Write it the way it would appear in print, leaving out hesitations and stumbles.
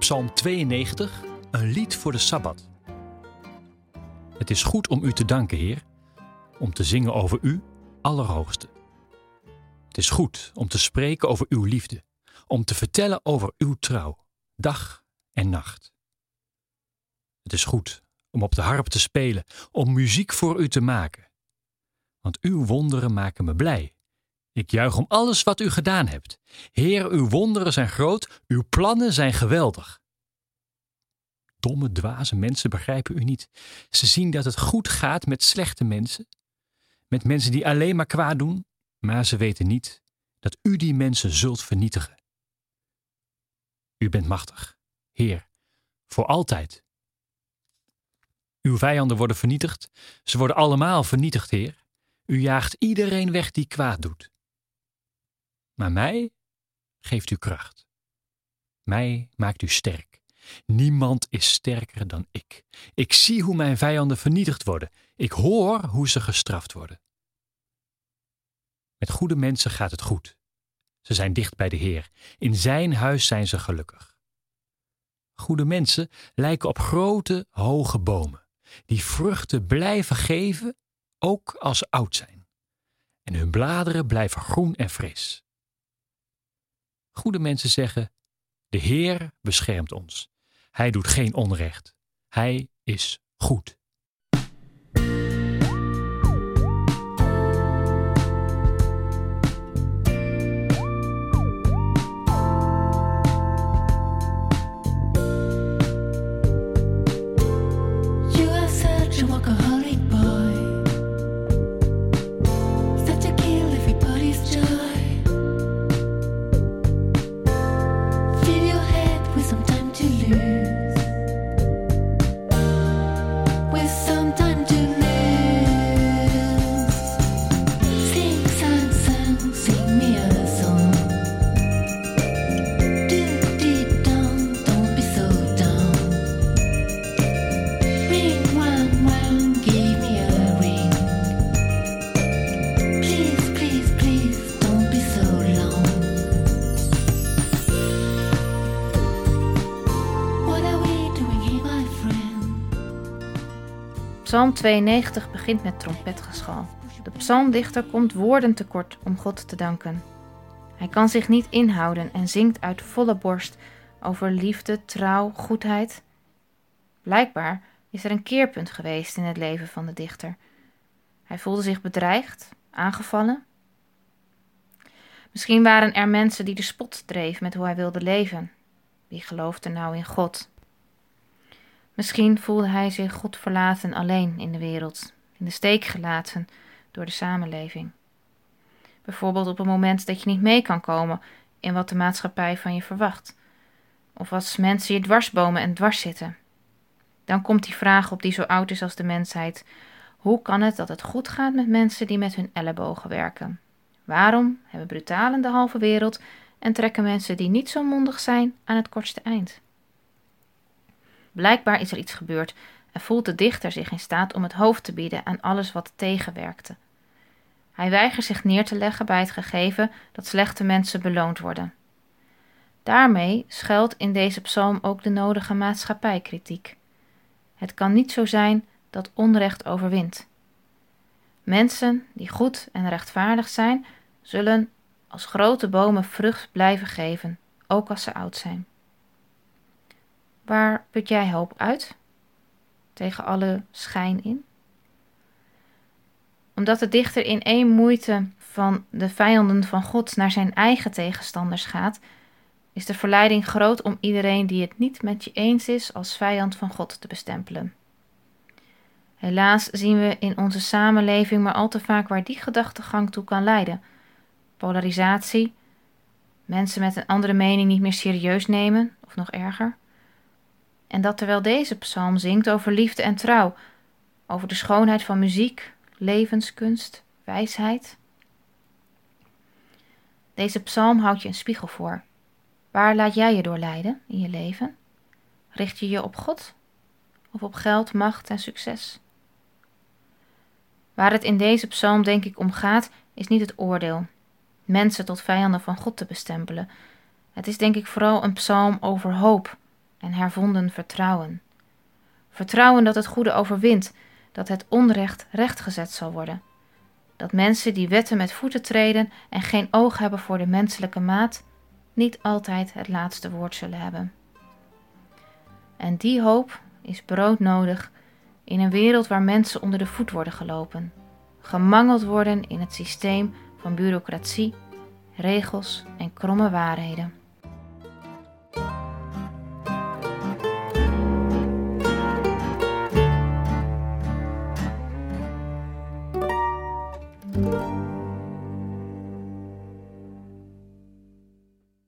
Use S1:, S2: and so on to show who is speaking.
S1: Psalm 92, een lied voor de Sabbat. Het is goed om u te danken, Heer, om te zingen over u, Allerhoogste. Het is goed om te spreken over uw liefde, om te vertellen over uw trouw, dag en nacht. Het is goed om op de harp te spelen, om muziek voor u te maken. Want uw wonderen maken me blij. Ik juich om alles wat u gedaan hebt. Heer, uw wonderen zijn groot, uw plannen zijn geweldig. Domme, dwaze mensen begrijpen u niet. Ze zien dat het goed gaat met slechte mensen, met mensen die alleen maar kwaad doen, maar ze weten niet dat u die mensen zult vernietigen. U bent machtig, Heer, voor altijd. Uw vijanden worden vernietigd, ze worden allemaal vernietigd, Heer. U jaagt iedereen weg die kwaad doet. Maar mij geeft u kracht. Mij maakt u sterk. Niemand is sterker dan ik. Ik zie hoe mijn vijanden vernietigd worden. Ik hoor hoe ze gestraft worden. Met goede mensen gaat het goed. Ze zijn dicht bij de Heer. In zijn huis zijn ze gelukkig. Goede mensen lijken op grote, hoge bomen, die vruchten blijven geven, ook als ze oud zijn. En hun bladeren blijven groen en fris. Goede mensen zeggen: de Heer beschermt ons. Hij doet geen onrecht. Hij is goed.
S2: Psalm 92 begint met trompetgeschal. De psalmdichter komt woorden tekort om God te danken. Hij kan zich niet inhouden en zingt uit volle borst over liefde, trouw, goedheid. Blijkbaar is er een keerpunt geweest in het leven van de dichter. Hij voelde zich bedreigd, aangevallen. Misschien waren er mensen die de spot dreef met hoe hij wilde leven. Wie geloofde nou in God? Misschien voelde hij zich God verlaten alleen in de wereld, in de steek gelaten door de samenleving. Bijvoorbeeld op het moment dat je niet mee kan komen in wat de maatschappij van je verwacht. Of als mensen je dwarsbomen en dwars zitten. Dan komt die vraag op die zo oud is als de mensheid: hoe kan het dat het goed gaat met mensen die met hun ellebogen werken? Waarom hebben brutalen de halve wereld en trekken mensen die niet zo mondig zijn aan het kortste eind? Blijkbaar is er iets gebeurd en voelt de dichter zich in staat om het hoofd te bieden aan alles wat tegenwerkte. Hij weigert zich neer te leggen bij het gegeven dat slechte mensen beloond worden. Daarmee schuilt in deze psalm ook de nodige maatschappijkritiek. Het kan niet zo zijn dat onrecht overwint. Mensen die goed en rechtvaardig zijn, zullen als grote bomen vrucht blijven geven, ook als ze oud zijn. Waar put jij hoop uit? Tegen alle schijn in? Omdat de dichter in één moeite van de vijanden van God naar zijn eigen tegenstanders gaat, is de verleiding groot om iedereen die het niet met je eens is als vijand van God te bestempelen. Helaas zien we in onze samenleving maar al te vaak waar die gedachtegang toe kan leiden. Polarisatie, mensen met een andere mening niet meer serieus nemen, of nog erger. En dat terwijl deze psalm zingt over liefde en trouw, over de schoonheid van muziek, levenskunst, wijsheid. Deze psalm houdt je een spiegel voor. Waar laat jij je door leiden in je leven? Richt je je op God of op geld, macht en succes? Waar het in deze psalm denk ik om gaat, is niet het oordeel, mensen tot vijanden van God te bestempelen. Het is denk ik vooral een psalm over hoop en hervonden vertrouwen. Vertrouwen dat het goede overwint, dat het onrecht rechtgezet zal worden. Dat mensen die wetten met voeten treden en geen oog hebben voor de menselijke maat, niet altijd het laatste woord zullen hebben. En die hoop is broodnodig in een wereld waar mensen onder de voet worden gelopen, gemangeld worden in het systeem van bureaucratie, regels en kromme waarheden.